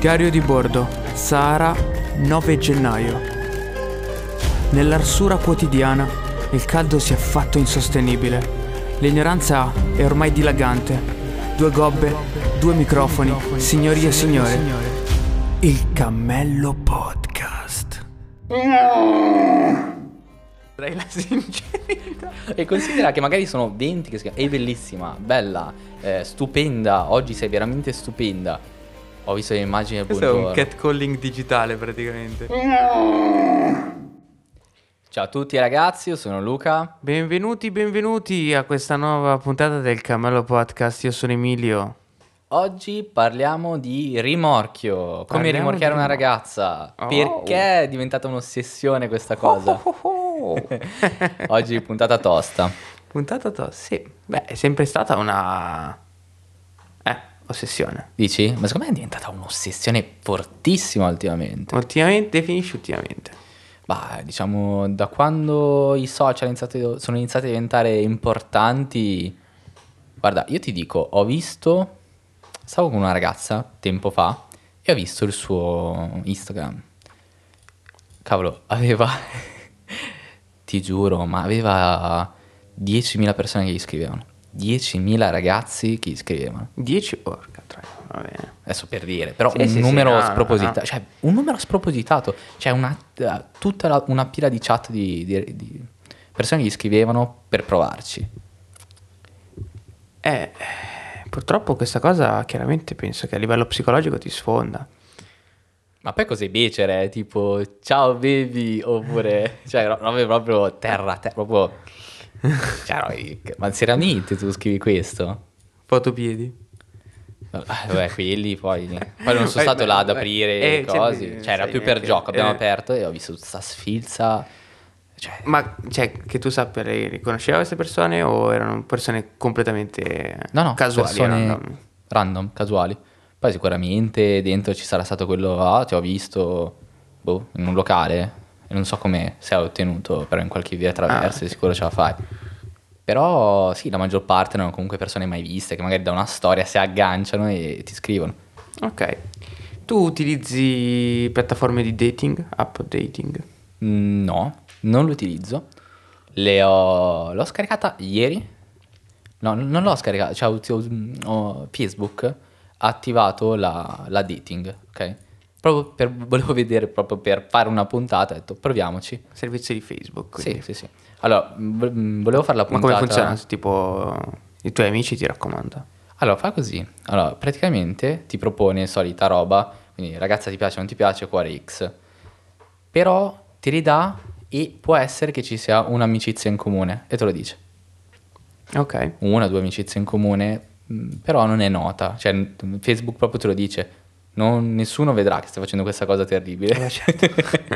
Diario di bordo, Sahara, 9 gennaio. Nell'arsura quotidiana il caldo si è fatto insostenibile. L'ignoranza è ormai dilagante. 2 gobbe, 2 microfoni, signorie e signore. Il Cammello Podcast. Vorrei la sincerità. E considera che magari sono 20 che si chiama. È bellissima, bella, stupenda. Oggi sei veramente stupenda. Ho visto le immagini del Questo è un buongiorno. catcalling digitale praticamente. Ciao a tutti ragazzi, io sono Luca. Benvenuti a questa nuova puntata del Cammello Podcast. Io sono Emilio. Oggi parliamo di rimorchio. Come Parliamo rimorchiare di una rimorchio. ragazza. Oh. Perché è diventata un'ossessione questa cosa? Oggi puntata tosta. Sì. Beh, è sempre stata una ossessione. Dici? Ma secondo me è diventata un'ossessione fortissima ultimamente. Ultimamente finisce ultimamente. Bah, diciamo, da quando i social sono iniziati a diventare importanti. Guarda, io ti dico, stavo con una ragazza tempo fa e ho visto il suo Instagram. Cavolo, ti giuro, ma aveva 10.000 persone che gli scrivevano. 10.000 ragazzi che gli scrivevano. 10 porca troia, va bene. Adesso per dire, però Sì, un sì, numero no, spropositato. no. Cioè, un numero spropositato. Cioè, una pila di chat di persone che gli scrivevano per provarci. Purtroppo questa cosa chiaramente penso che a livello psicologico ti sfonda. Ma poi cos'è becere? Tipo, ciao baby, oppure, cioè, robe proprio terra, proprio, cioè, ma seriamente tu scrivi questo? Fotopiedi. Vabbè, quelli poi non sono stato là ad aprire cose, cioè, era più per gioco, abbiamo aperto e ho visto tutta sta sfilza, cioè, Ma cioè, che tu sappia, lei riconosceva queste persone o erano persone completamente no, casuali? persone random, casuali. Poi sicuramente dentro ci sarà stato quello, ti ho visto, in un locale, e non so come se hai ottenuto, però in qualche via traverse sicuro ce la fai. Però sì, la maggior parte erano comunque persone mai viste, che magari da una storia si agganciano e ti scrivono. Ok. Tu utilizzi piattaforme di dating, app dating? No, non lo utilizzo. L'ho scaricata ieri. No, non l'ho scaricata, cioè ho Facebook ha attivato la dating, ok? Volevo vedere, proprio per fare una puntata, ho detto proviamoci. Servizio di Facebook, quindi. Sì. Allora, volevo fare la Ma puntata. come funziona? Tipo, i tuoi amici ti raccomandano? Allora, fa così. Allora, praticamente ti propone solita roba, quindi ragazza ti piace o non ti piace, cuore X. Però ti ridà e può essere che ci sia un'amicizia in comune, e te lo dice. Ok. 1 o 2 amicizie in comune, però non è nota. Cioè, Facebook proprio te lo dice. Nessuno vedrà che stai facendo questa cosa terribile. Certo.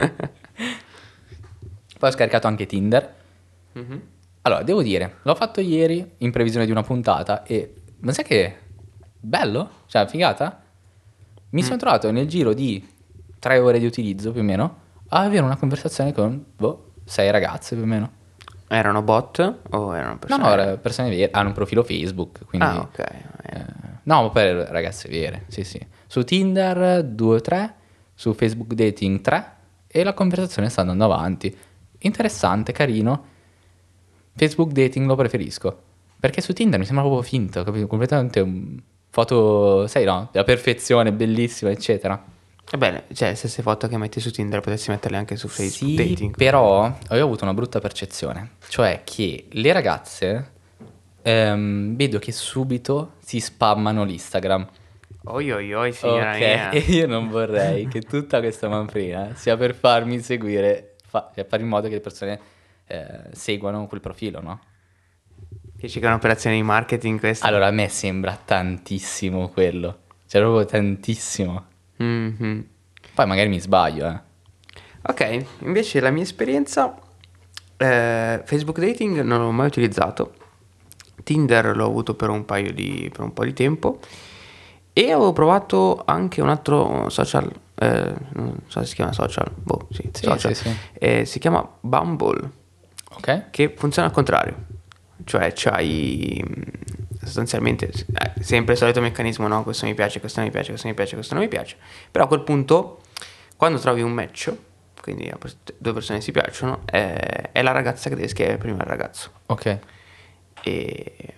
Poi ho scaricato anche Tinder. Allora, devo dire, l'ho fatto ieri in previsione di una puntata ma sai che bello? Cioè, figata? Mi sono trovato nel giro di 3 ore di utilizzo, più o meno, a avere una conversazione con, 6 ragazze, più o meno. Erano bot o erano persone? No, erano persone vere, hanno un profilo Facebook, quindi... ok. no, ma per ragazze vere, sì. Su Tinder 2 o 3, su Facebook Dating 3 e la conversazione sta andando avanti. Interessante, carino. Facebook Dating lo preferisco, perché su Tinder mi sembra proprio finto, capito? Completamente un foto, sai no, della perfezione, bellissima, eccetera. Bene, cioè, le stesse foto che metti su Tinder potresti metterle anche su Facebook Sì, Dating. però ho avuto una brutta percezione, cioè che le ragazze vedo che subito si spammano l'Instagram. Oi, signora Ok, mia. e io non vorrei che tutta questa manfrina sia per farmi seguire, cioè fare in modo che le persone seguano quel profilo, no? Dici che è un'operazione di marketing questa? Allora a me sembra tantissimo quello, cioè proprio tantissimo. Mhm. Poi magari mi sbaglio, Ok, invece la mia esperienza, Facebook Dating non l'ho mai utilizzato, Tinder l'ho avuto per un po' di tempo e avevo provato anche un altro social, non so se si chiama social, Sì, social. sì. Si chiama Bumble, Ok? che funziona al contrario, cioè c'hai sostanzialmente sempre il solito meccanismo, no? Questo mi piace, questo non mi piace, questo mi piace, questo non mi piace. Però a quel punto, quando trovi un match, quindi due persone si piacciono, è la ragazza che deve scrivere prima il ragazzo. Ok. E,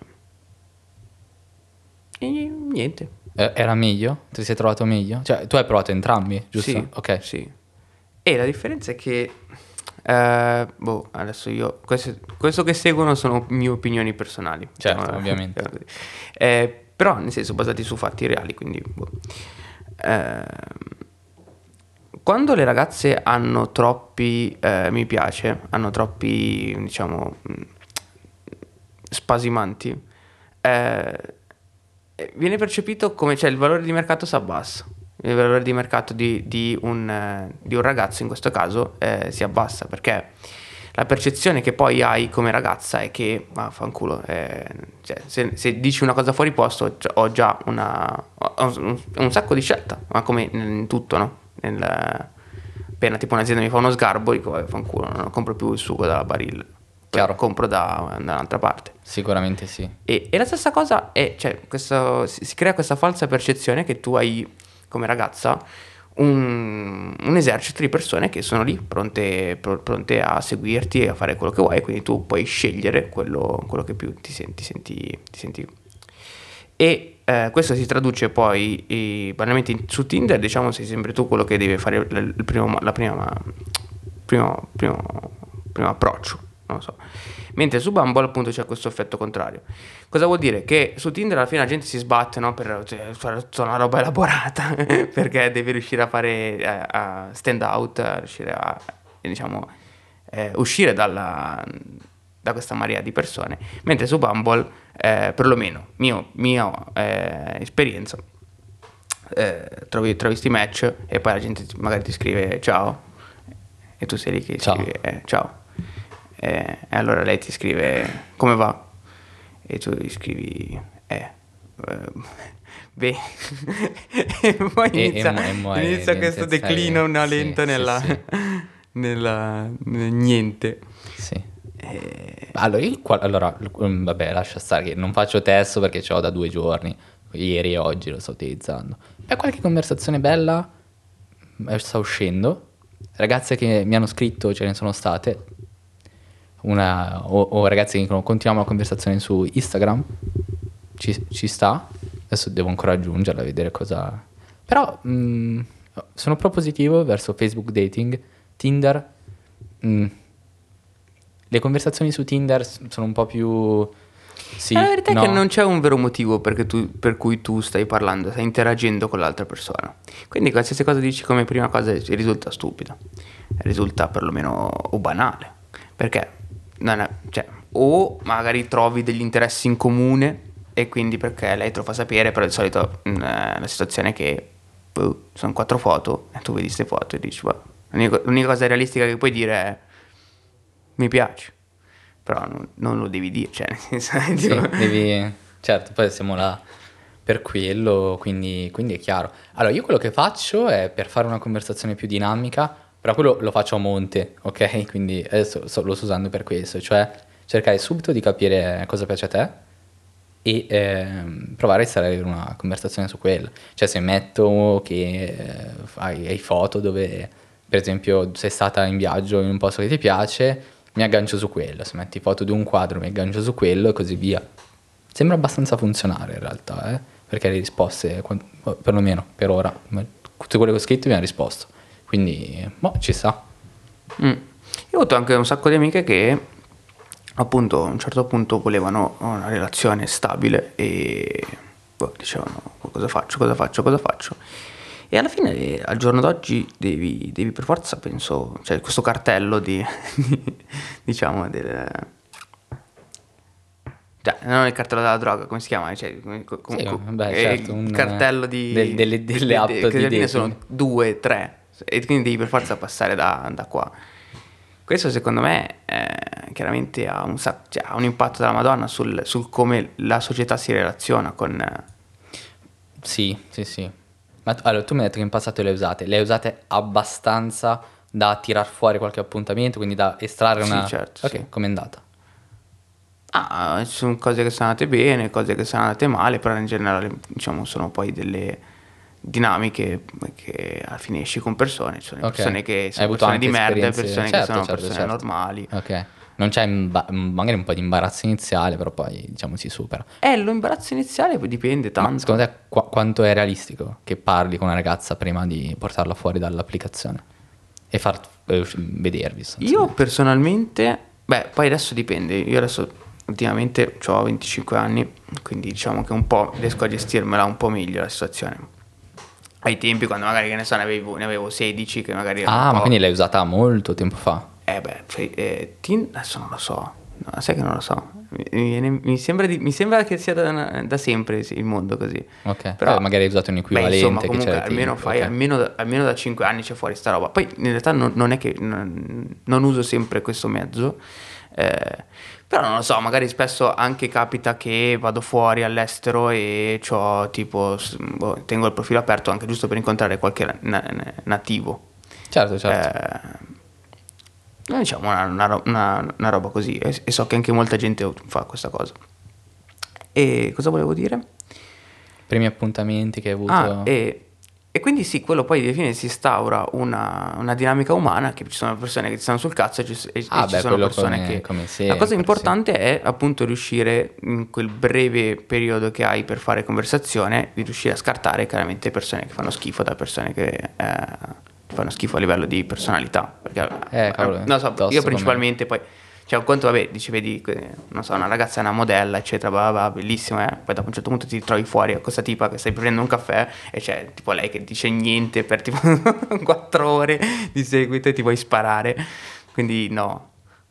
e niente. Era meglio? Ti sei trovato meglio? Cioè, tu hai provato entrambi, giusto? Sì, Ok. sì. E la differenza è che, adesso io, questo che seguono sono mie opinioni personali. Certo, ovviamente. Però, nel senso, basati su fatti reali, quindi, quando le ragazze hanno troppi mi piace, hanno troppi, diciamo, spasimanti, viene percepito come, cioè, il valore di mercato si abbassa. Il valore di mercato di un ragazzo in questo caso si abbassa, perché la percezione che poi hai come ragazza è che fanculo, cioè, se dici una cosa fuori posto ho già un sacco di scelta, ma come in tutto, no? Appena tipo un'azienda mi fa uno sgarbo, dico fanculo, non compro più il sugo dalla Barilla, Chiaro. compro da un'altra parte. Sicuramente sì. E la stessa cosa è, cioè, si crea questa falsa percezione che tu hai come ragazza un esercito di persone che sono lì pronte a seguirti e a fare quello che vuoi, quindi tu puoi scegliere quello che più ti senti. E questo si traduce poi banalmente su Tinder, diciamo, sei sempre tu quello che deve fare il primo approccio, non lo so. Mentre su Bumble appunto c'è questo effetto contrario. Cosa vuol dire? Che su Tinder alla fine la gente si sbatte, no, per fare una roba elaborata perché devi riuscire a fare a stand out, a riuscire a, diciamo, uscire da questa marea di persone. Mentre su Bumble, perlomeno mia esperienza, trovi sti match e poi la gente magari ti scrive ciao e tu sei lì che Ciao. scrivi ciao. E allora lei ti scrive come va? E tu gli scrivi beh. E poi inizia questo declino, una lenta nel niente. Sì. Allora, vabbè, lascia stare che non faccio test perché ce l'ho da 2 giorni, ieri e oggi lo sto utilizzando. Per qualche conversazione bella sta uscendo, ragazze che mi hanno scritto ce ne sono state, o ragazzi che continuiamo la conversazione su Instagram, ci sta, adesso devo ancora aggiungerla, vedere cosa... Però sono propositivo verso Facebook Dating, Tinder. Le conversazioni su Tinder sono un po' più... Sì, la verità no. è che non c'è un vero motivo per cui tu stai parlando, stai interagendo con l'altra persona. Quindi qualsiasi cosa dici come prima cosa risulta stupida, risulta perlomeno o banale. Perché cioè, o magari trovi degli interessi in comune e quindi perché lei te lo fa sapere, però di solito la situazione è che sono 4 foto e tu vedi queste foto e dici l'unica cosa realistica che puoi dire è mi piace, però non lo devi dire, cioè nel senso, Sì, devi... Certo, poi siamo là per quello, quindi è chiaro. Allora, io quello che faccio è per fare una conversazione più dinamica, però quello lo faccio a monte, ok? Quindi adesso lo sto usando per questo, cioè cercare subito di capire cosa piace a te e provare a installare una conversazione su quello. Cioè se metto che hai foto dove, per esempio, sei stata in viaggio in un posto che ti piace, mi aggancio su quello. Se metti foto di un quadro mi aggancio su quello e così via. Sembra abbastanza funzionare in realtà, perché le risposte, perlomeno per ora, tutte quelle che ho scritto mi hanno risposto. Quindi, ci sta. Io ho avuto anche un sacco di amiche che appunto a un certo punto volevano una relazione stabile e dicevano cosa faccio. E alla fine al giorno d'oggi devi per forza, penso, cioè questo cartello diciamo cioè, non il cartello della droga, come si chiama? Cioè, certo, il cartello delle app che di alla fine dating. sono 2, 3 e quindi devi per forza passare da qua. Questo secondo me chiaramente ha ha un impatto della Madonna sul come la società si relaziona con... Sì. Ma allora, tu mi hai detto che in passato le hai usate abbastanza da tirar fuori qualche appuntamento, quindi da estrarre una... Sì, certo, Ok, sì. com'è andata? Ah, ci sono cose che sono andate bene, cose che sono andate male, però in generale, diciamo, sono poi delle dinamiche che alla fine esci con persone, ci sono le Ok. persone che Hai sono avuto persone di anche merda e esperienze... persone che Certo, sono certo, persone certo. normali. Ok. Non c'è magari un po' di imbarazzo iniziale, però poi diciamo si supera. Lo imbarazzo iniziale poi dipende Ma secondo tanto. te quanto è realistico che parli con una ragazza prima di portarla fuori dall'applicazione? E far vedervi Io sostanzialmente? personalmente, beh, poi adesso dipende, io adesso ultimamente ho 25 anni, quindi diciamo che un po' riesco a gestirmela un po' meglio la situazione. Ai tempi quando magari, che ne so, ne avevo 16, che magari era un Ah, ma quindi po'. l'hai usata molto tempo fa? Beh, adesso non lo so. No, sai che non lo so. Mi sembra che sia da sempre sì, il mondo così. Ok. Però, Magari hai usato un beh, insomma, equivalente che c'era comunque ai almeno tempi, fai ok. almeno da 5 anni c'è fuori sta roba. Poi in realtà non è che non uso sempre questo mezzo. Però non lo so, magari spesso anche capita che vado fuori all'estero e tipo, tengo il profilo aperto anche giusto per incontrare qualche nativo. Certo, certo. Diciamo una roba così e so che anche molta gente fa questa cosa. E cosa volevo dire? Primi appuntamenti che hai Ah, avuto? e quindi sì, quello poi alla fine si instaura una dinamica umana, che ci sono persone che ti stanno sul cazzo e Ah, ci beh, sono quello persone come, che. come La cosa sempre, sì. importante è appunto riuscire in quel breve periodo che hai per fare conversazione, di riuscire a scartare chiaramente persone che fanno schifo da persone che fanno schifo a livello di personalità. Perché, Cavolo, non so, io tosto come... principalmente poi. Cioè, un conto, vabbè, dici, vedi, non so, una ragazza è una modella, eccetera, bla bla, bla, bellissima, eh. Poi dopo un certo punto ti trovi fuori a questa tipa che stai prendendo un caffè e c'è tipo lei che dice niente per tipo 4 ore di seguito e ti vuoi sparare. Quindi no.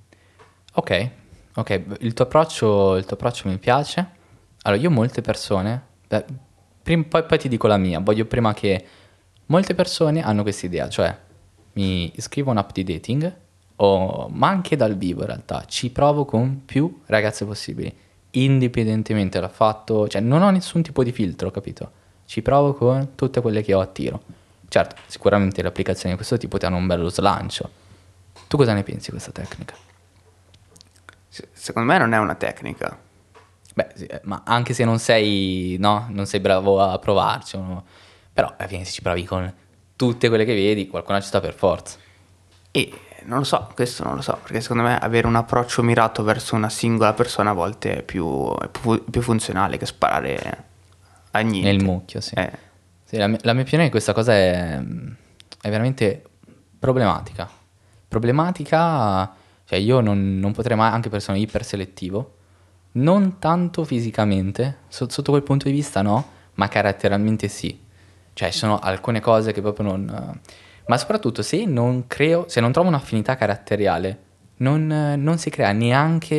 Ok, ok, il tuo approccio mi piace. Allora, io molte persone, beh, poi ti dico la mia, voglio prima che molte persone hanno questa idea, cioè mi iscrivo a un'app di dating, ma anche dal vivo in realtà, ci provo con più ragazze possibili, indipendentemente dal fatto, cioè non ho nessun tipo di filtro, capito? Ci provo con tutte quelle che ho a tiro. Certo, sicuramente le applicazioni di questo tipo ti hanno un bello slancio. Tu cosa ne pensi di questa tecnica? Secondo me non è una tecnica. Beh, sì, ma anche se non sei, no, non sei bravo a provarci, però alla fine se ci provi con tutte quelle che vedi, qualcuna ci sta per forza. E non lo so, questo non lo so, perché secondo me avere un approccio mirato verso una singola persona a volte è più funzionale che sparare a Nel niente. mucchio, sì. Eh. Sì, la mia opinione di questa cosa è veramente problematica. Problematica, cioè io non potrei mai, anche perché sono iperselettivo, non tanto fisicamente, sotto quel punto di vista no, ma caratterialmente sì. Cioè ci sono alcune cose che proprio non... Ma soprattutto se non creo, se non trovo un'affinità caratteriale, non si crea neanche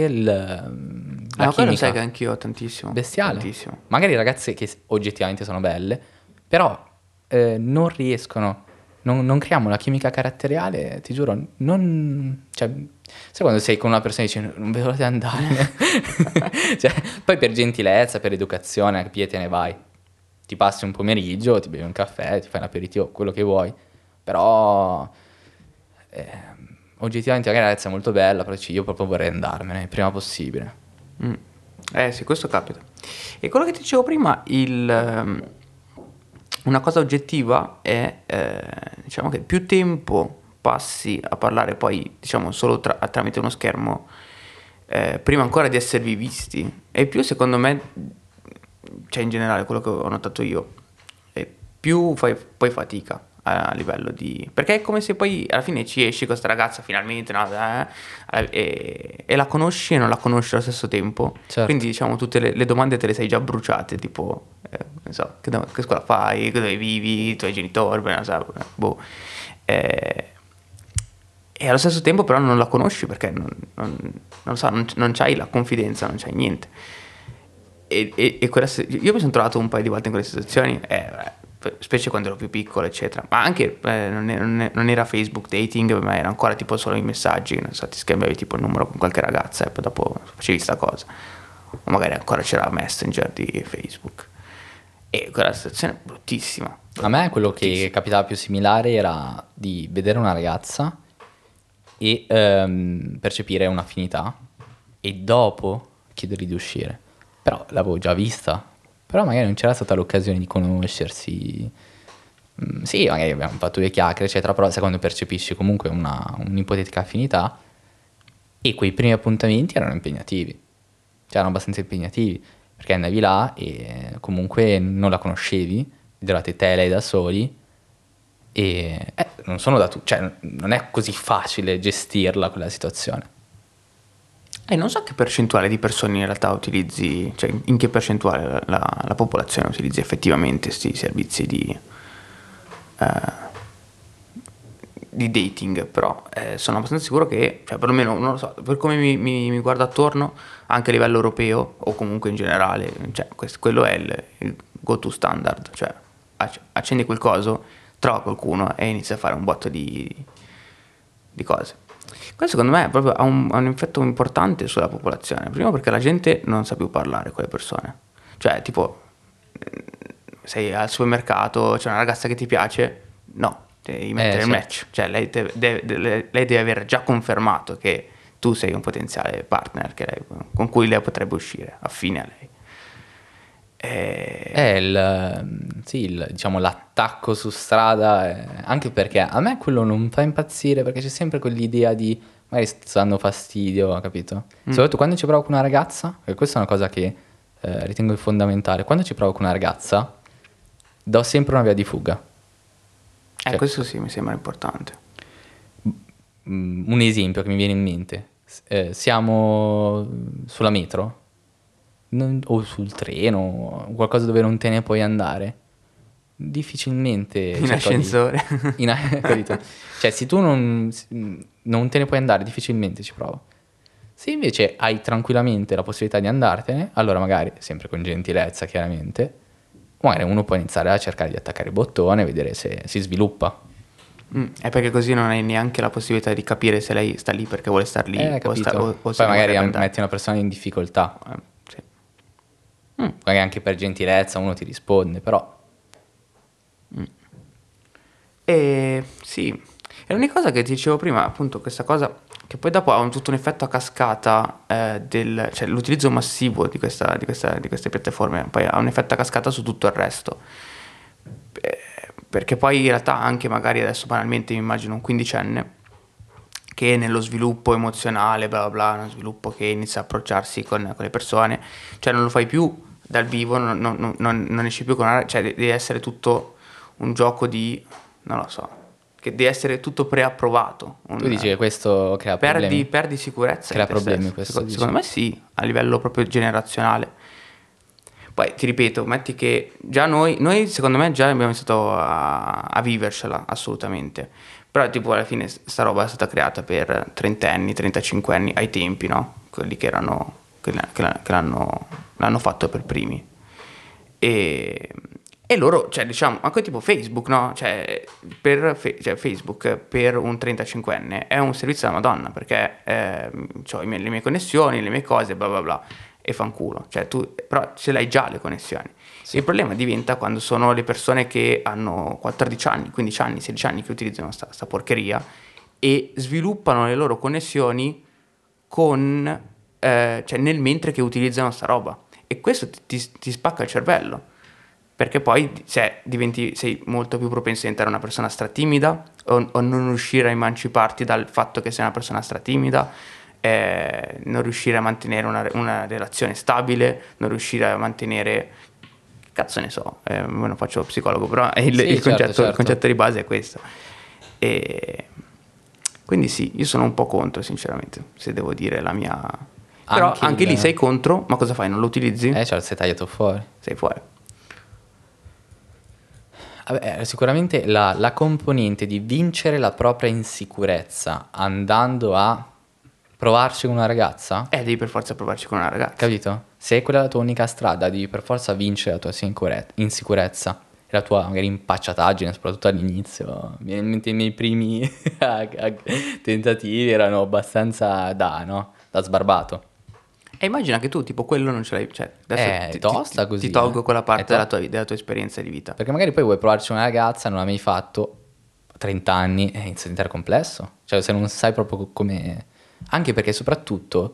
la Quello sai che chimica anch'io ho tantissimo, bestiale. tantissimo. Magari ragazze che oggettivamente sono belle, però non riescono, non creiamo la chimica caratteriale, ti giuro, non... Cioè, sai quando sei con una persona e dici non vedo l'ora di andarne? Cioè, poi per gentilezza, per educazione, a piedi te ne vai. Ti passi un pomeriggio, ti bevi un caffè, ti fai un aperitivo, quello che vuoi. Però oggettivamente magari la ragazza è molto bella, però dici, io proprio vorrei andarmene il prima possibile. Mm. Sì, questo capita. E quello che ti dicevo prima, una cosa oggettiva è, diciamo che più tempo passi a parlare poi, diciamo, solo tramite uno schermo, prima ancora di esservi visti, e più secondo me, cioè in generale quello che ho notato io, e più fai poi fatica a livello di. Perché è come se poi alla fine ci esci con questa ragazza finalmente, no? E la conosci e non la conosci allo stesso tempo. Certo. Quindi diciamo tutte le domande te le sei già bruciate, tipo, non so, che scuola fai, dove vivi, i tuoi genitori, beh, non so, boh. Eh, e allo stesso tempo però non la conosci perché non so, non c'hai la confidenza, non c'hai niente. Io mi sono trovato un paio di volte in quelle situazioni, specie quando ero più piccolo, eccetera. Ma anche non era Facebook dating, ma era ancora tipo solo i messaggi, non so, ti scambiavi tipo il numero con qualche ragazza e poi dopo facevi sta cosa. O magari ancora c'era Messenger di Facebook. E quella situazione è bruttissima. A me quello che Bruttissima. capitava più similare era di vedere una ragazza e percepire un'affinità e dopo chiedergli di uscire. Però l'avevo già vista, però magari non c'era stata l'occasione di conoscersi. Sì, magari abbiamo fatto 2 chiacchiere, eccetera, però sai quando percepisci comunque un'ipotetica affinità, e quei primi appuntamenti erano impegnativi, cioè erano abbastanza impegnativi, perché andavi là e comunque non la conoscevi, eravate te e lei da soli, e non sono da tu, cioè non è così facile gestirla quella situazione. E non so che percentuale di persone in realtà utilizzi, cioè in che percentuale la popolazione utilizzi effettivamente questi servizi di dating, però sono abbastanza sicuro che, cioè perlomeno non lo so, per come mi guardo attorno, anche a livello europeo o comunque in generale, cioè quello è il go-to standard, cioè accendi quel coso, trova qualcuno e inizia a fare un botto di cose. Questo secondo me proprio ha un effetto importante sulla popolazione, primo perché la gente non sa più parlare con le persone, cioè tipo sei al supermercato, c'è una ragazza che ti piace, no, devi mettere il Certo. match, cioè lei deve aver già confermato che tu sei un potenziale partner con cui lei potrebbe uscire, affine a lei. È diciamo, l'attacco su strada, anche perché a me quello non fa impazzire, perché c'è sempre quell'idea di magari stanno fastidio, capito? Soprattutto quando ci provo con una ragazza, e questa è una cosa che ritengo fondamentale, quando ci provo con una ragazza do sempre una via di fuga. Cioè, Questo sì, mi sembra importante. un esempio che mi viene in mente, siamo sulla metro o sul treno, o qualcosa dove non te ne puoi andare, difficilmente In cerco ascensore. capito? Cioè, se tu non te ne puoi andare, difficilmente ci provo. Se invece hai tranquillamente la possibilità di andartene, allora magari, sempre con gentilezza chiaramente, magari uno può iniziare a cercare di attaccare il bottone e vedere se si sviluppa. È perché così non hai neanche la possibilità di capire se lei sta lì perché vuole star lì Capito? o se Poi ne magari vorrebbe andare. metti una persona in difficoltà, Sì. magari anche per gentilezza uno ti risponde, però E sì, e l'unica cosa che ti dicevo prima, appunto, questa cosa che poi dopo ha tutto un effetto a cascata cioè l'utilizzo massivo di queste piattaforme, poi ha un effetto a cascata su tutto il resto. Perché poi in realtà anche magari adesso banalmente mi immagino un quindicenne che nello sviluppo emozionale, bla bla bla, uno sviluppo che inizia a approcciarsi con le persone, cioè non lo fai più dal vivo, non esci più con una, cioè deve essere tutto un gioco di, non lo so, che deve essere tutto preapprovato. tu dici che questo crea problemi? Perdi sicurezza Crea in te problemi stesso. questo, dici? Secondo me sì, a livello proprio generazionale. Poi ti ripeto, metti che già noi secondo me già abbiamo iniziato a vivercela assolutamente. Però tipo alla fine sta roba è stata creata per 30 anni, 35 anni ai tempi, no? Quelli che l'hanno fatto per primi. E loro, cioè diciamo, anche tipo Facebook, no? Cioè, cioè, Facebook per un 35enne è un servizio della Madonna, perché ho le mie connessioni, le mie cose, bla bla bla, e fanculo. Cioè tu, però ce l'hai già le connessioni. Sì. Il problema diventa quando sono le persone che hanno 14 anni, 15 anni, 16 anni che utilizzano sta porcheria e sviluppano le loro connessioni cioè nel mentre che utilizzano sta roba. E questo ti spacca il cervello. Perché poi sei molto più propenso a diventare una persona stratimida o non riuscire a emanciparti dal fatto che sei una persona stratimida, non riuscire a mantenere una relazione stabile, non riuscire a mantenere, che cazzo ne so, non faccio lo psicologo, però il concetto di base è questo. E quindi sì, io sono un po' contro sinceramente, se devo dire la mia. Però anche lì sei contro, ma cosa fai? Non lo utilizzi? Cioè, sei tagliato fuori. Sei fuori. Vabbè, sicuramente la componente di vincere la propria insicurezza andando a provarci con una ragazza, Devi per forza provarci con una ragazza. capito? Se quella è la tua unica strada, devi per forza vincere la tua insicurezza e la tua magari impacciataggine, soprattutto all'inizio. Mi viene in mente i miei primi tentativi erano abbastanza da sbarbato. E immagina che tu, tipo, quello non ce l'hai. Cioè, adesso tosta così, ti tolgo quella parte È della tua esperienza di vita. Perché magari poi vuoi provarci con una ragazza, non l'hai mai fatto, 30 anni, inizia a diventare complesso. Cioè, se non sai proprio come. Anche perché, soprattutto,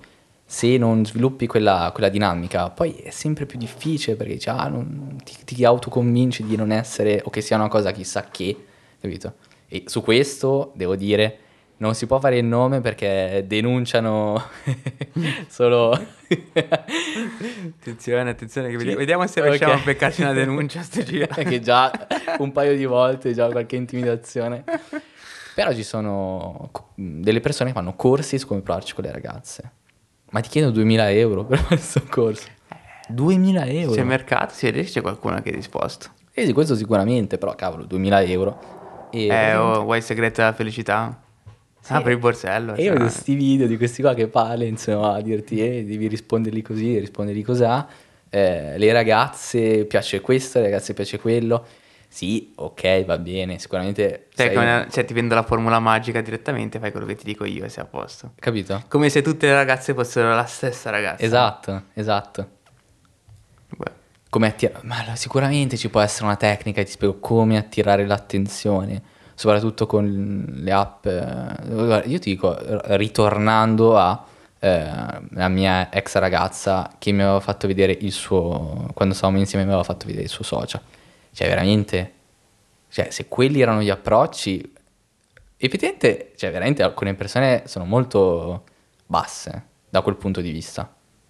se non sviluppi quella dinamica, poi è sempre più difficile perché dici, ti autoconvinci di non essere, o che sia una cosa chissà che, capito? E su questo, devo dire, non si può fare il nome perché denunciano solo... Attenzione, che Sì, vediamo se ok. riusciamo a beccarci una denuncia sto giro. Che già un paio di volte, già qualche intimidazione. Però ci sono delle persone che fanno corsi su come provarci con le ragazze. Ma ti chiedo 2000 euro per fare questo corso. 2000 euro? C'è mercato, si vede se c'è qualcuno che è disposto. Sì, questo sicuramente, però cavolo, 2000 euro. E praticamente- Vuoi il segreto della felicità? Sì, Apri il borsello. e io vedo questi video di questi qua che parlano, insomma, a dirti, devi risponderli così, risponderli cosà. Le ragazze piace questo, alle ragazze piace quello. Sì, ok, va bene, sicuramente Cioè, ti vendo la formula magica direttamente, fai quello che ti dico io e sei a posto. capito? Come se tutte le ragazze fossero la stessa ragazza. Esatto. Beh, Come ma sicuramente ci può essere una tecnica, ti spiego come attirare l'attenzione, soprattutto con le app. Guarda, io ti dico, ritornando a la mia ex ragazza che mi aveva fatto vedere il suo, quando stavamo insieme mi aveva fatto vedere il suo social. Cioè veramente, cioè se quelli erano gli approcci, effettivamente, cioè veramente alcune persone sono molto basse da quel punto di vista.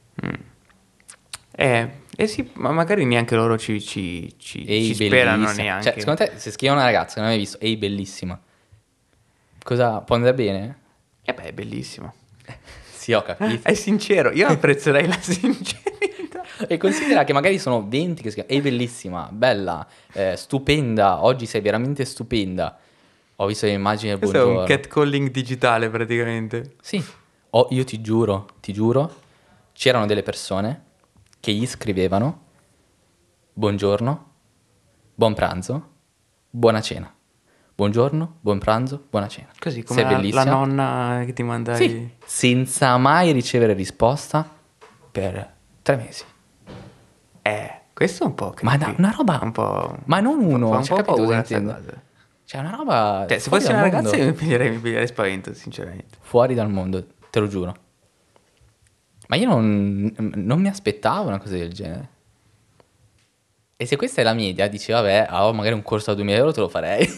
sì, ma magari neanche loro ci Ehi, sperano bellissima. neanche. Cioè, secondo te, se scrive una ragazza che non hai visto, ehi, bellissima, cosa può andare bene? Beh, è bellissimo. Sì, ho capito. È sincero, io apprezzerei la sincerità. E considera che magari sono 20 che scrivono, ehi, bellissima, bella, stupenda, oggi sei veramente stupenda. Ho visto le immagini del Questo è un buongiorno. catcalling digitale praticamente. Sì, io ti giuro, c'erano delle persone che gli scrivevano buongiorno, buon pranzo, buona cena. Buongiorno, buon pranzo, buona cena. Così Sei come la bellissima. nonna che ti manda Sì, senza mai ricevere risposta per 3 mesi. Questo è un po' Ma creepy. una roba... Un po'... Ma non uno, fa un cioè, po' capito cosa paura sta intendo? cosa. Cioè, una roba... Cioè, se fuori fossi dal una ragazza mondo. mi piglierei spavento, sinceramente. Fuori dal mondo, te lo giuro. Ma io non mi aspettavo una cosa del genere. E se questa è la media, dici, vabbè, magari un corso a 2000 euro te lo farei.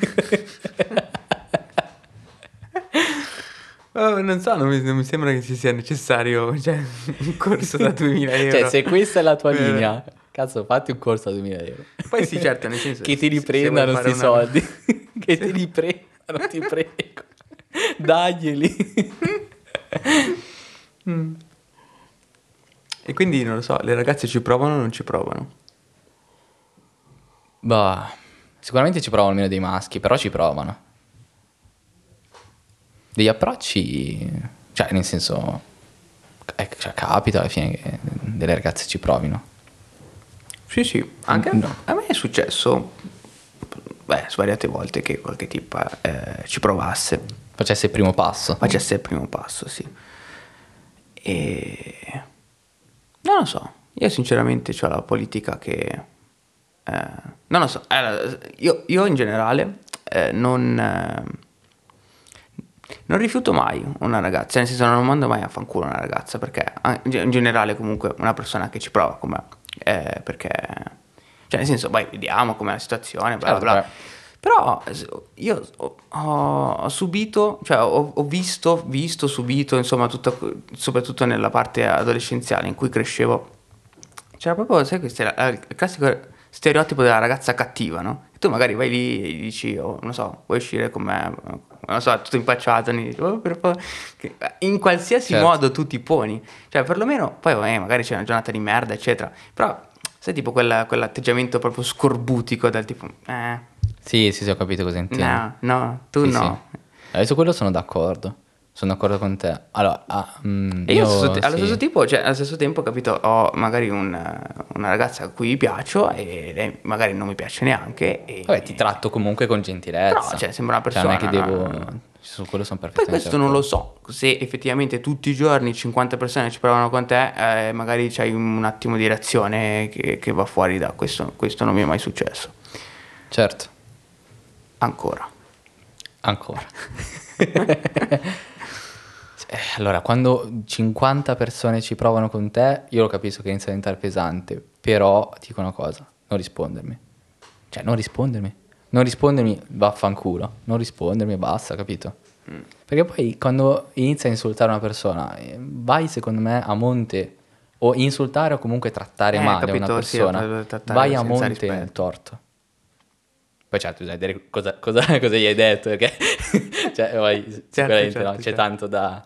Oh, non so, non mi sembra che ci sia necessario, cioè, un corso da 2000 euro. Cioè, se questa è la tua Per- linea, cazzo, fatti un corso a 2000 euro. Poi sì, certo, nel senso... Che ti se vuoi riprendano fare sti una- soldi. Che ti riprendano, ti prego. Daglieli. E quindi, non lo so, le ragazze ci provano o non ci provano? Bah, sicuramente ci provano almeno dei maschi, però ci provano. Degli approcci, cioè nel senso, cioè, capita alla fine che delle ragazze ci provino. Sì, anche No. a me è successo, svariate volte che qualche tipa ci provasse, Facesse il primo passo. facesse il primo passo, sì. E... non lo so, io sinceramente ho la politica che... non lo so, io in generale non rifiuto mai una ragazza, nel senso non mando mai a fanculo una ragazza, perché in generale comunque una persona che ci prova come perché, cioè nel senso, vai, vediamo com'è la situazione, bla bla bla. Però io ho subito, cioè ho visto, subito, insomma, soprattutto nella parte adolescenziale in cui crescevo, c'era proprio, sai, questo era il classico stereotipo della ragazza cattiva, no? E tu magari vai lì e gli dici, oh, non so, vuoi uscire con me? Non so, tutto impacciato, e dici, oh, per favore. In qualsiasi Certo. modo tu ti poni. Cioè, perlomeno, poi magari c'è una giornata di merda, eccetera. Però, sai, tipo quell'atteggiamento proprio scorbutico del tipo, Sì, ho capito cosa intendi. no, tu Sì, no. sì. Su quello sono d'accordo. Sono d'accordo con te. Allora, E io allo sì. stesso tempo, cioè, allo stesso tempo, capito, ho magari una ragazza a cui piaccio e lei magari non mi piace neanche. E... Vabbè, ti tratto comunque con gentilezza. Però, cioè, sembra una Cioè, non è che persona, devo... Su quello sono Poi perfettamente questo non lo d'accordo. so, se effettivamente tutti i giorni 50 persone ci provano con te, magari c'hai un attimo di reazione che va fuori da questo. Questo non mi è mai successo. Certo, Ancora. ancora. Allora, quando 50 persone ci provano con te, io lo capisco che inizia a diventare pesante, però ti dico una cosa, non rispondermi. Cioè, non rispondermi. Non rispondermi, vaffanculo. Non rispondermi e basta, capito? Perché poi quando inizi a insultare una persona, vai secondo me a monte, o insultare o comunque trattare male una capito, sì, persona, vai trattare a senza monte nel rispetto. torto. Poi certo, bisogna vedere cosa gli hai detto, perché cioè, poi sicuramente no, certo, c'è certo. tanto da...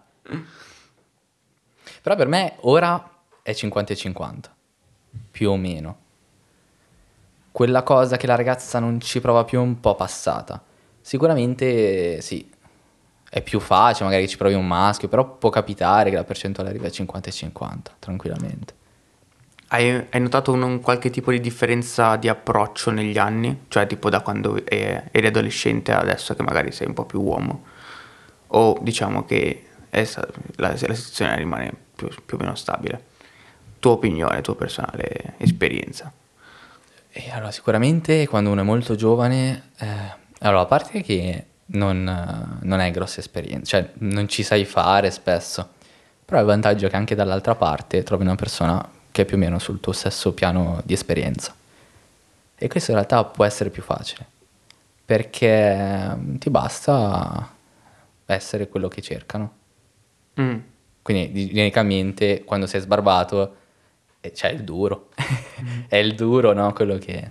Però per me ora è 50 e 50, più o meno. Quella cosa che la ragazza non ci prova più è un po' passata. Sicuramente sì, è più facile magari che ci provi un maschio, però può capitare che la percentuale arrivi a 50 e 50, tranquillamente. Hai notato un qualche tipo di differenza di approccio negli anni? Cioè tipo da quando eri adolescente a adesso che magari sei un po' più uomo? O diciamo che la situazione rimane più o meno stabile? Tua opinione, tua personale esperienza. E allora, sicuramente quando uno è molto giovane, allora, a parte che non hai grosse esperienze, cioè non ci sai fare spesso, però il vantaggio è che anche dall'altra parte trovi una persona che è più o meno sul tuo stesso piano di esperienza. E questo in realtà può essere più facile, perché ti basta essere quello che cercano. Mm. Quindi, genericamente, quando sei sbarbato, c'è il duro. È il duro, no? Quello che...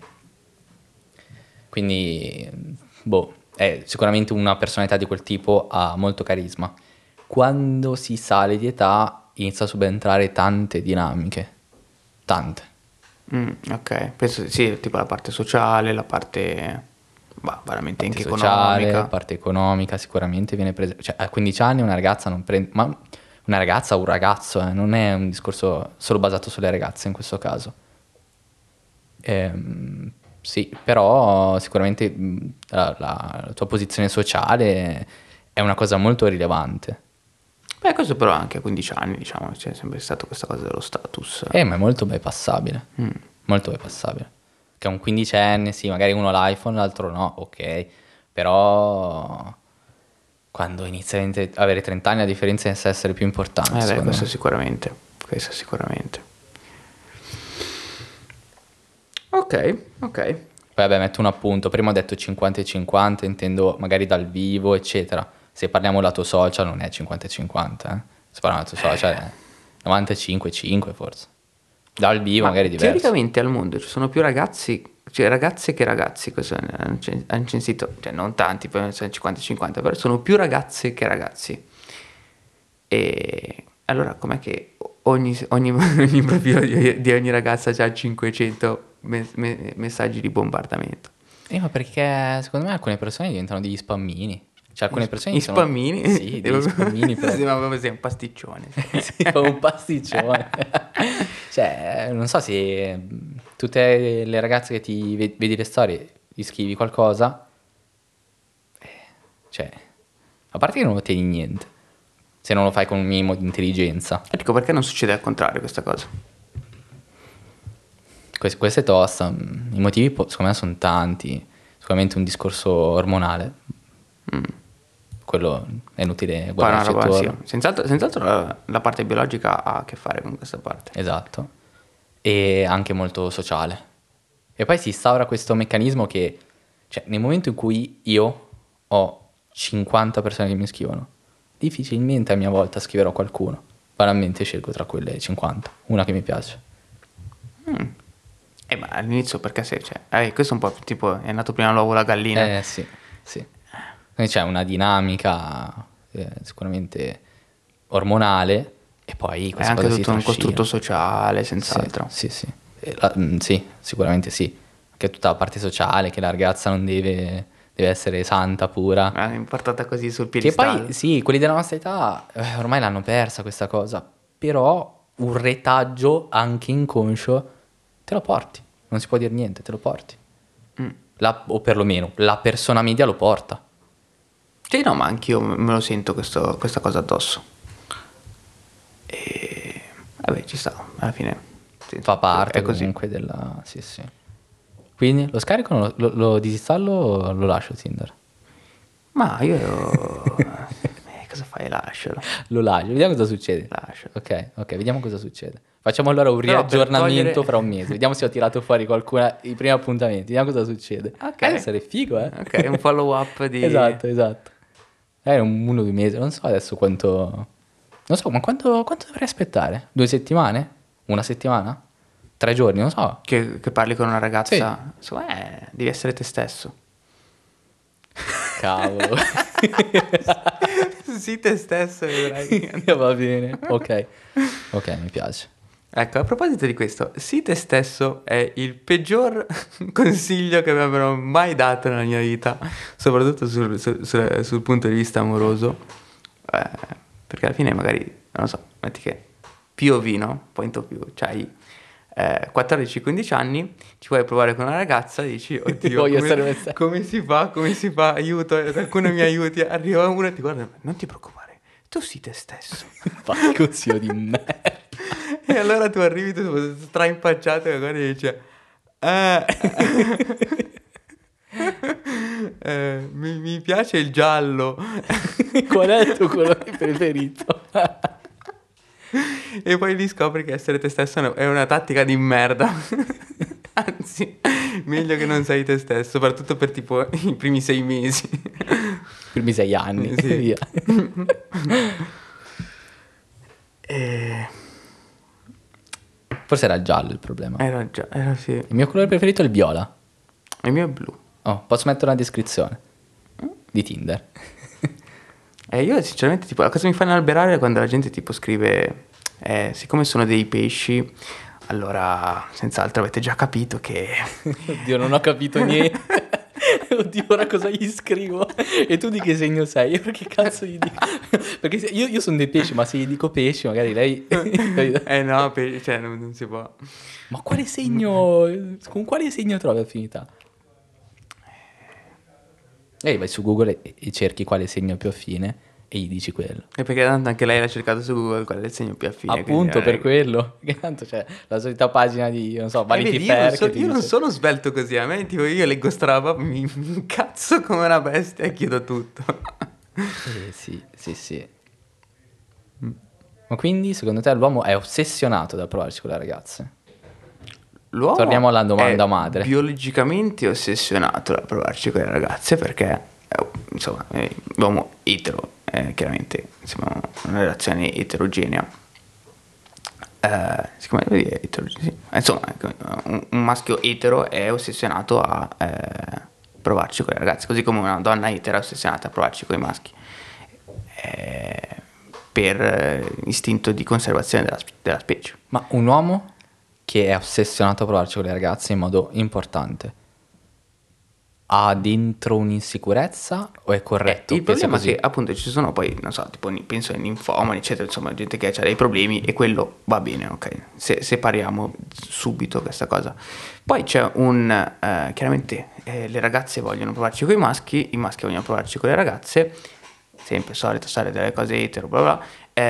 Quindi, boh, sicuramente una personalità di quel tipo ha molto carisma. Quando si sale di età, inizia a subentrare tante dinamiche. Tante. Ok, penso sì, tipo la parte sociale, la parte, bah, veramente Parte anche sociale, economica. parte economica, sicuramente viene presa. Cioè, a 15 anni una ragazza non prende. Ma una ragazza o un ragazzo, non è un discorso solo basato sulle ragazze in questo caso. Sì, però sicuramente la tua posizione sociale è una cosa molto rilevante. Beh, questo però anche a 15 anni, diciamo, c'è sempre stata questa cosa dello status. Ma è molto bypassabile. Molto bypassabile. Che un quindicenne, sì, magari uno ha l'iPhone, l'altro no, ok. Però quando inizia a avere 30 anni la differenza inizia a essere più importante, Beh, secondo questo me. sicuramente, questo sicuramente. Ok, ok. Poi vabbè, metto un appunto. Prima ho detto 50 e 50, intendo magari dal vivo, eccetera. Se parliamo lato social non è 50 e 50, eh. Se parliamo lato social è 95 e 5 forse. Dal vivo Ma magari è diverso. teoricamente al mondo ci sono più ragazzi, cioè ragazze che ragazzi, questo hanno censito, cioè non tanti, poi sono 50-50, però sono più ragazze che ragazzi. E allora com'è che ogni profilo di ogni ragazza ha 500 messaggi di bombardamento? Ma perché secondo me alcune persone diventano degli spammini. Cioè alcune persone I iniziano... spammini? Sì, degli spammini Sì, proprio. ma proprio sei un pasticcione. Si fa un pasticcione. Cioè, non so se tutte le ragazze che ti vedi le storie, gli scrivi qualcosa, cioè, a parte che non ottieni niente, se non lo fai con un minimo di intelligenza. E dico, perché non succede al contrario questa cosa? Questa è tosta. I motivi, secondo me, sono tanti. Sicuramente un discorso ormonale. Quello è inutile Poi è una guardarci roba, sì. attorno. Senz'altro la parte biologica ha a che fare con questa parte. Esatto. E anche molto sociale. E poi si instaura questo meccanismo che, cioè, nel momento in cui io ho 50 persone che mi scrivono, difficilmente a mia volta scriverò qualcuno. Banalmente scelgo tra quelle 50, una che mi piace. Ma all'inizio perché sei, cioè, questo è un po' tipo, è nato prima l'uovo o la gallina. Sì, sì. Quindi c'è una dinamica sicuramente ormonale e poi È questa anche cosa si tutto un costrutto trascina. sociale, Sì, senz'altro. sì, sì. Sì, sicuramente sì. Anche tutta la parte sociale, che la ragazza non deve essere santa, pura. È portata così sul Che poi, piedistallo. sì, quelli della nostra età ormai l'hanno persa questa cosa. Però un retaggio anche inconscio te lo porti. Non si può dire niente, te lo porti. O perlomeno la persona media lo porta. Sì, no, ma anch'io me lo sento questa cosa addosso. E vabbè, ci sta, alla fine. Sì, Fa parte è così. comunque della... Sì, sì. Quindi lo scarico, lo disinstallo o lo lascio Tinder? Ma io... cosa fai? Lascialo. Lo lascio, vediamo cosa succede. Lascialo. Ok, vediamo cosa succede. Facciamo allora un Però per riaggiornamento togliere- fra un mese. Vediamo se ho tirato fuori qualcuna, i primi appuntamenti. Vediamo cosa succede. Ok. Deve essere figo, eh? Ok, un follow up di... Esatto. Uno o 2 mesi, non so adesso quanto... Non so, ma quanto dovrei aspettare? 2 settimane? Una settimana? 3 giorni, non so. Che parli con una ragazza. Secondo me devi essere te stesso. Cavolo. Sì, te stesso, vedrai. Va bene, ok, mi piace. Ecco, a proposito di questo, sii te stesso è il peggior consiglio che mi abbiano mai dato nella mia vita, soprattutto sul punto di vista amoroso, perché alla fine magari, non lo so, metti che POV, no? Point of view, c'hai 14-15 anni, ci vuoi provare con una ragazza, dici, oddio, Voglio essere me stesso." come si fa, aiuto, qualcuno mi aiuti, arriva uno e ti guarda, non ti preoccupare, tu sii te stesso. Fa consiglio di merda. E allora tu arrivi tu straimpacciato e guardi e dice mi piace il giallo. Qual è il tuo colore preferito? E poi lì scopri che essere te stesso è una tattica di merda. Anzi, meglio che non sei te stesso, soprattutto per tipo i primi 6 mesi. Primi 6 anni, Sì. via. E... Forse era il giallo il problema. era sì. Il mio colore preferito è il viola. Il mio è blu. Oh, posso mettere una descrizione di Tinder. E io sinceramente tipo la cosa mi fa inalberare è quando la gente tipo scrive siccome sono dei pesci, allora senz'altro avete già capito che Oddio, non ho capito niente. Oddio, ora cosa gli scrivo? E tu di che segno sei? Io che cazzo gli dico? Perché io sono dei pesci, ma se gli dico pesci, magari lei... no, cioè non si può. Ma quale segno... Con quale segno trovi affinità? E vai su Google e cerchi quale segno è più affine e gli dici quello. E perché tanto anche lei l'ha cercato su Google qual è il segno più affine. Appunto, per quindi, quello. Che tanto c'è la solita pagina di, non so, Vanity vedi, Fair che ti io non dice... sono svelto così, a me tipo io leggo sta roba, mi incazzo come una bestia e chiedo tutto. Sì. Ma quindi, secondo te, l'uomo è ossessionato da provarci con le ragazze? L'uomo Torniamo alla domanda è madre. biologicamente ossessionato da provarci con le ragazze perché, insomma, l'uomo etero, chiaramente, insomma, una relazione eterogenea. Siccome devo dire eterogenea, sì. Insomma, un maschio etero è ossessionato a provarci con le ragazze, così come una donna etera è ossessionata a provarci con i maschi. Per istinto di conservazione della specie. Ma un uomo che è ossessionato a provarci con le ragazze in modo importante ha dentro un'insicurezza o è corretto? Il che sia problema è così? che appunto ci sono poi, non so, tipo penso ai ninfomani, eccetera, insomma, gente che ha dei problemi e quello va bene, ok? Separiamo subito questa cosa. Poi c'è chiaramente le ragazze vogliono provarci con i maschi vogliono provarci con le ragazze, sempre solita storia delle cose etero, bla bla,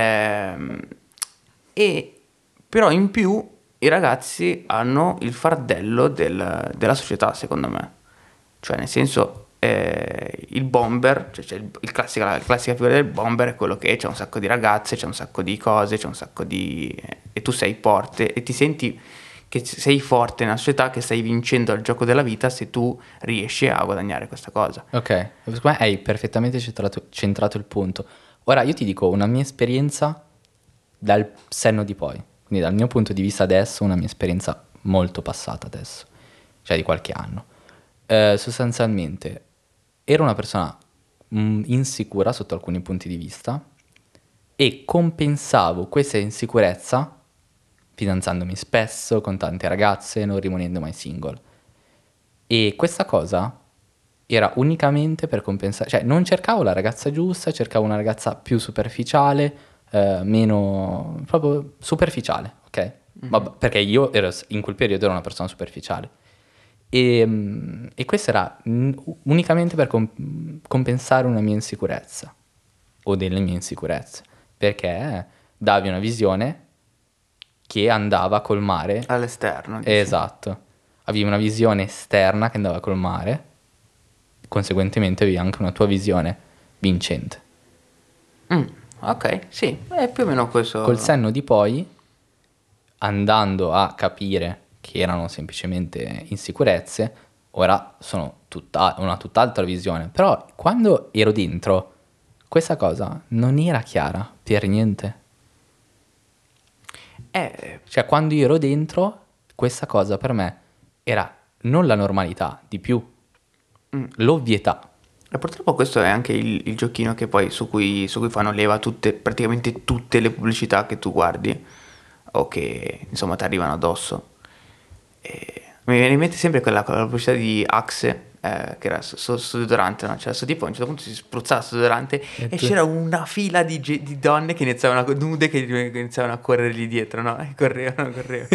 e però in più i ragazzi hanno il fardello della società, secondo me. Cioè, nel senso, il bomber, cioè c'è la classica figura del bomber è quello che c'è un sacco di ragazze, c'è un sacco di cose, c'è un sacco di... e tu sei forte e ti senti che sei forte nella società, che stai vincendo il gioco della vita se tu riesci a guadagnare questa cosa. Ok, secondo me hai perfettamente centrato il punto. Ora io ti dico una mia esperienza dal senno di poi, quindi dal mio punto di vista adesso, una mia esperienza molto passata adesso, cioè di qualche anno. Sostanzialmente ero una persona insicura sotto alcuni punti di vista e compensavo questa insicurezza fidanzandomi spesso con tante ragazze, non rimanendo mai single. E questa cosa era unicamente per compensare, cioè non cercavo la ragazza giusta, cercavo una ragazza più superficiale, meno proprio superficiale, ok? Ma perché io in quel periodo ero una persona superficiale. E questo era unicamente per compensare una mia insicurezza o delle mie insicurezze, perché davi una visione che andava a colmare All'esterno. Dici. esatto, avevi una visione esterna che andava a colmare, conseguentemente avevi anche una tua visione vincente. Mm, ok, sì, è più o meno questo. Col senno di poi, andando a capire che erano semplicemente insicurezze, ora sono una tutt'altra visione. Però quando ero dentro, questa cosa non era chiara per niente. Cioè, quando io ero dentro, questa cosa per me era non la normalità, di più, l'ovvietà. E purtroppo questo è anche il giochino che poi su cui fanno leva praticamente tutte le pubblicità che tu guardi o che insomma ti arrivano addosso. E mi viene in mente sempre quella pubblicità di Axe, che era su deodorante, no? C'era questo tipo a un certo punto si spruzzava sto deodorante e c'era una fila di donne che nude che iniziavano a correre lì dietro, no? E correvano.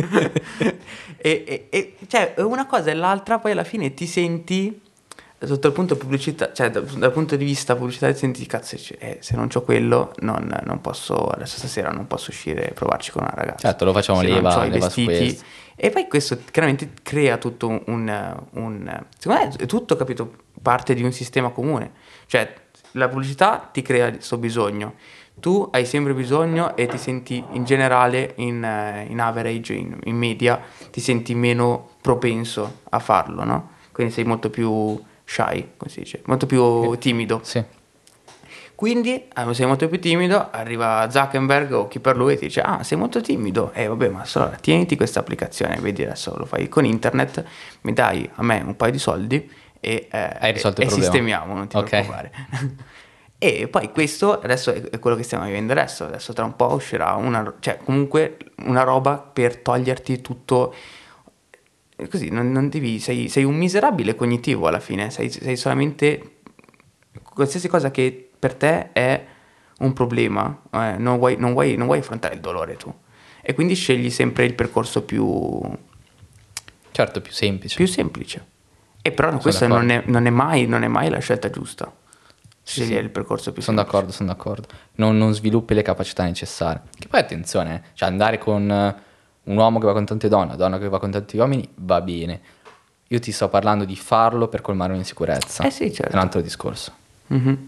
E cioè una cosa e l'altra poi alla fine ti senti sotto il punto pubblicità, cioè dal punto di vista pubblicità ti senti cazzo, se non c'ho quello non posso, adesso stasera non posso uscire e provarci con una ragazza. Certo, lo facciamo Se non c'ho i leva su vestiti. questo. E poi questo chiaramente crea tutto secondo me è tutto, capito, parte di un sistema comune. Cioè la pubblicità ti crea questo bisogno. Tu hai sempre bisogno e ti senti in generale, in average, in media, ti senti meno propenso a farlo, no? Quindi sei molto più shy, come si dice, molto più timido. Sì. Quindi, sei molto più timido, arriva Zuckerberg o chi per lui e ti dice, sei molto timido, vabbè, ma allora tieniti questa applicazione, vedi adesso lo fai con internet, mi dai a me un paio di soldi e, Hai risolto il e problema. sistemiamo, non ti Ok. preoccupare. E poi questo adesso è quello che stiamo vivendo adesso tra un po' uscirà cioè comunque una roba per toglierti tutto. Così non devi, sei un miserabile cognitivo alla fine, sei solamente qualsiasi cosa che per te è un problema, non vuoi affrontare il dolore tu. E quindi scegli sempre il percorso Certo, più semplice. più semplice. E però Sono questa d'accordo. non è mai la scelta giusta. Scegliere il percorso più Sono semplice. sono d'accordo. Non sviluppi le capacità necessarie. Che poi attenzione, cioè andare con un uomo che va con tante donne, una donna che va con tanti uomini, va bene. Io ti sto parlando di farlo per colmare un'insicurezza. Eh sì, certo. È un altro discorso. Mhm.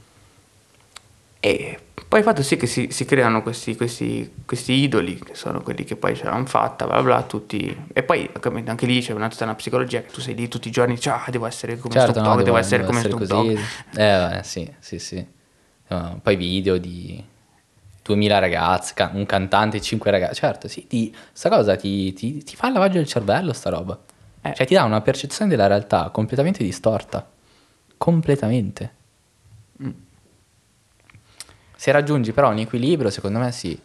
E poi il fatto sì che si creano questi idoli, che sono quelli che poi ce l'hanno fatta, bla bla, tutti. E poi ovviamente anche lì c'è tutta una psicologia che tu sei lì tutti i giorni, dici, devo essere come Certo, Snoop no, Dogg, devo essere come essere Snoop così. Dogg. Sì, sì, sì. Poi video di 2000 ragazze, un cantante e 5 ragazze. Certo, sì, sta cosa ti fa il lavaggio del cervello, sta roba. Cioè ti dà una percezione della realtà completamente distorta. Completamente. Se raggiungi però un equilibrio, secondo me sì.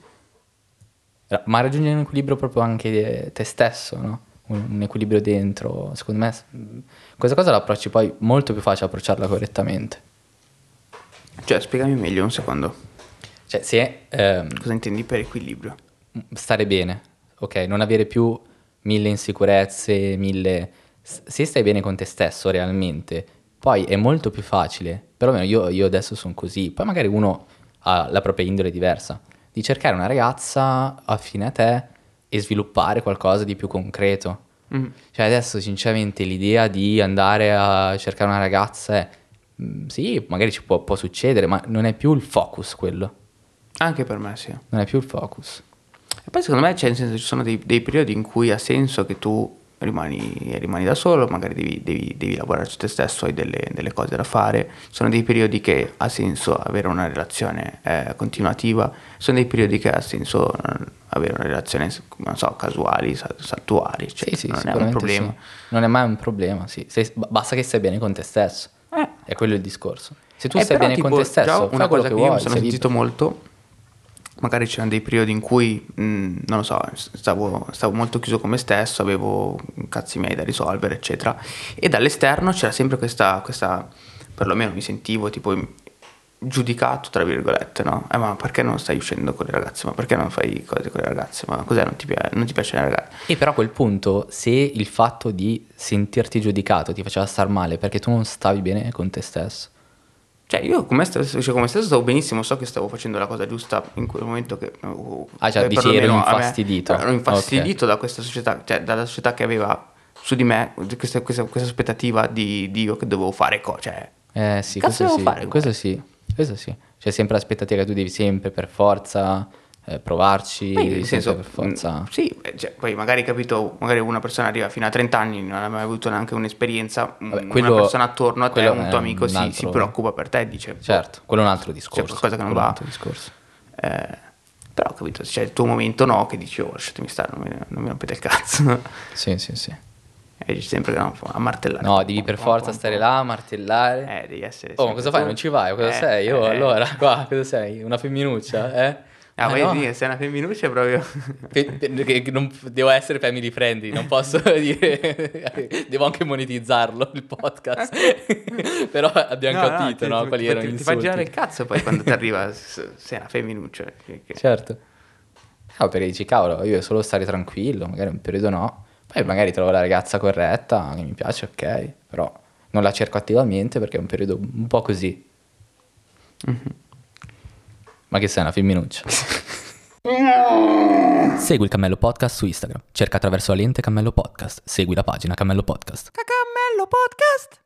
Ma raggiungere un equilibrio proprio anche te stesso, no? Un equilibrio dentro, secondo me questa cosa l'approcci poi molto più facile approcciarla correttamente. Cioè, spiegami meglio un secondo. Cioè, se Cosa intendi per equilibrio? stare bene, ok? Non avere più mille insicurezze, se stai bene con te stesso realmente, poi è molto più facile, perlomeno io adesso sono così, poi magari uno ha la propria indole diversa, di cercare una ragazza affine a te e sviluppare qualcosa di più concreto. Cioè adesso sinceramente l'idea di andare a cercare una ragazza è, sì, magari ci può succedere, ma non è più il focus quello, Anche per me, sì. non è più il focus. E poi secondo me, cioè, nel senso, ci sono dei periodi in cui ha senso che tu rimani da solo, magari devi lavorare su te stesso, hai delle cose da fare. Sono dei periodi che ha senso avere una relazione continuativa, sono dei periodi che ha senso avere una relazione, non so, casuali, saltuari, eccetera. Sì, Non è un sicuramente problema. sì. Non è mai un problema, sì. Basta che stai bene con te stesso. È quello il discorso. Se tu stai Però, bene con tipo, te stesso, già fai una quello cosa che che io mi vuoi, sono sei sentito libero. molto, magari c'erano dei periodi in cui, non lo so, stavo molto chiuso con me stesso, avevo cazzi miei da risolvere, eccetera. E dall'esterno c'era sempre questa, perlomeno mi sentivo tipo giudicato, tra virgolette, no? Ma perché non stai uscendo con le ragazze? Ma perché non fai cose con le ragazze? Ma cos'è? Non ti piace le ragazze? E però a quel punto, se il fatto di sentirti giudicato ti faceva star male perché tu non stavi bene con te stesso. Cioè, io come stesso stavo benissimo, so che stavo facendo la cosa giusta in quel momento che... Cioè dici eri perlomeno a me infastidito. ero infastidito da questa società, cioè dalla società che aveva su di me questa aspettativa di io che dovevo fare cioè... Sì, Cazzo questo devo sì, fare? questo sì. Questo sì. C'è sempre l'aspettativa che tu devi sempre per forza provarci, Poi, nel devi senso, sempre per forza... sì, cioè, poi magari capito, magari una persona arriva fino a 30 anni, non ha mai avuto neanche un'esperienza, Vabbè, una persona attorno a te, quello un è tuo amico un si altro... preoccupa per te, dice, Certo, quello è un altro c'è discorso. qualcosa che non quello è un va. altro discorso. Però capito, c'è il tuo momento no, che dici, oh, lasciatemi stare, non mi rompete il cazzo. Sì, sì, sì. E dici sempre no, a martellare. No, devi per forza stare là a martellare. Devi essere Oh, ma sempre cosa fai? tu. Non ci vai? Cosa sei? Oh, allora, qua, cosa sei? Una femminuccia, eh? Ah, Ah, voglio no? dire, sei una femminuccia proprio... Che devo essere family friendly, non posso dire... Devo anche monetizzarlo, il podcast. Però abbiamo capito, no? Quali erano gli ti fa insulti. girare il cazzo poi quando ti arriva, sei una femminuccia. Certo. No, perché dici, cavolo, io solo stare tranquillo, magari un periodo no. Poi magari trovo la ragazza corretta, che mi piace, ok. Però non la cerco attivamente perché è un periodo un po' così. Ma che sei una femminuccia? Segui il Cammello Podcast su Instagram. Cerca attraverso la lente Cammello Podcast. Segui la pagina Cammello Podcast. Cammello Podcast!